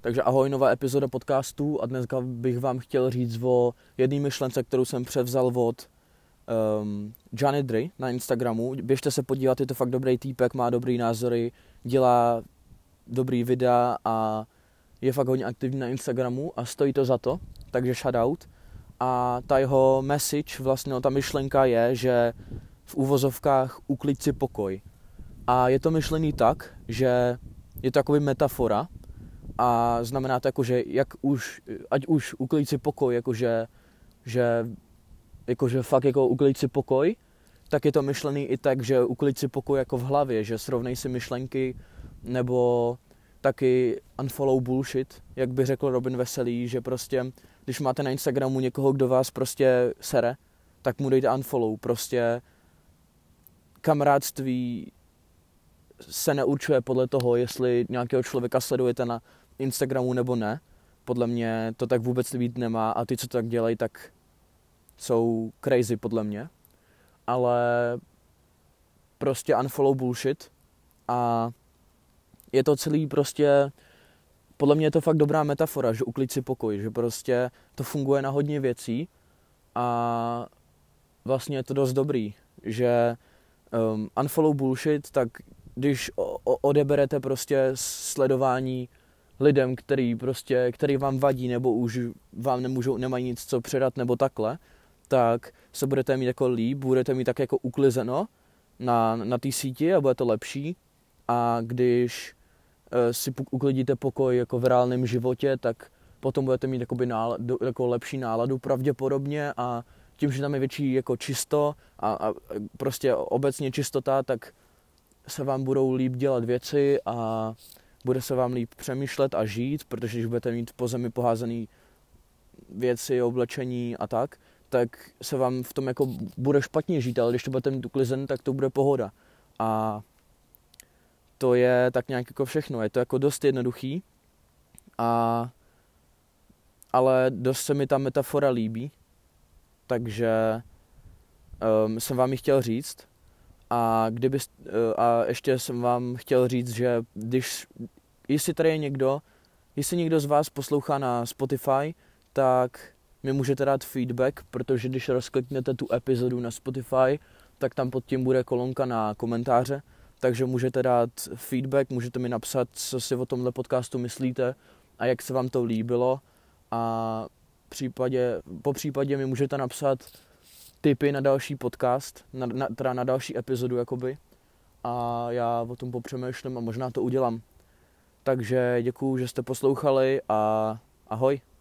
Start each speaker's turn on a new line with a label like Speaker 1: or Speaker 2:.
Speaker 1: Takže ahoj, nová epizoda podcastu a dneska bych vám chtěl říct o jedné myšlence, kterou jsem převzal od Johnny Dre na Instagramu. Běžte se podívat, je to fakt dobrý týpek, má dobrý názory, dělá dobrý videa a je fakt hodně aktivní na Instagramu a stojí to za to, takže shoutout. A ta jeho message, vlastně ta myšlenka je, že v úvozovkách uklid si pokoj. A je to myšlený tak, že je to takový metafora a znamená to jako, že ať už uklid si pokoj, jakože fakt jako uklid si pokoj, tak je to myšlený i tak, že uklid si pokoj jako v hlavě, že srovnej si myšlenky, nebo taky unfollow bullshit, jak by řekl Robin Veselý, že prostě, když máte na Instagramu někoho, kdo vás prostě sere, tak mu dejte unfollow, prostě kamarádství se neurčuje podle toho, jestli nějakého člověka sledujete na Instagramu nebo ne. Podle mě to tak vůbec být nemá a ty, co to tak dělají, tak jsou crazy podle mě. Ale prostě unfollow bullshit a je to celý prostě, podle mě je to fakt dobrá metafora, že uklid si pokoj, že prostě to funguje na hodně věcí a vlastně je to dost dobrý, že unfollow bullshit, tak když odeberete prostě sledování lidem, který vám vadí nebo už vám nemají nic co předat nebo takhle, tak se budete mít jako líp, budete mít tak jako uklizeno na té síti a bude to lepší. A když si uklidíte pokoj jako v reálném životě, tak potom budete mít jako lepší náladu pravděpodobně a tím, že tam je větší jako čisto a prostě obecně čistota, tak se vám budou líp dělat věci a bude se vám líp přemýšlet a žít, protože když budete mít po zemi poházený věci, oblečení a tak se vám v tom jako bude špatně žít, ale když to budete mít uklizen, tak to bude pohoda. A to je tak nějak jako všechno. Je to jako dost jednoduchý, ale dost se mi ta metafora líbí, takže jsem vám ji chtěl říct. A ještě jsem vám chtěl říct, že jestli tady je jestli někdo z vás poslouchá na Spotify, tak mi můžete dát feedback, protože když rozkliknete tu epizodu na Spotify, tak tam pod tím bude kolonka na komentáře, takže můžete dát feedback, můžete mi napsat, co si o tomhle podcastu myslíte a jak se vám to líbilo a po případě mi můžete napsat tipy na další podcast, teda na další epizodu jakoby a já o tom popřemýšlím a možná to udělám. Takže děkuju, že jste poslouchali a ahoj.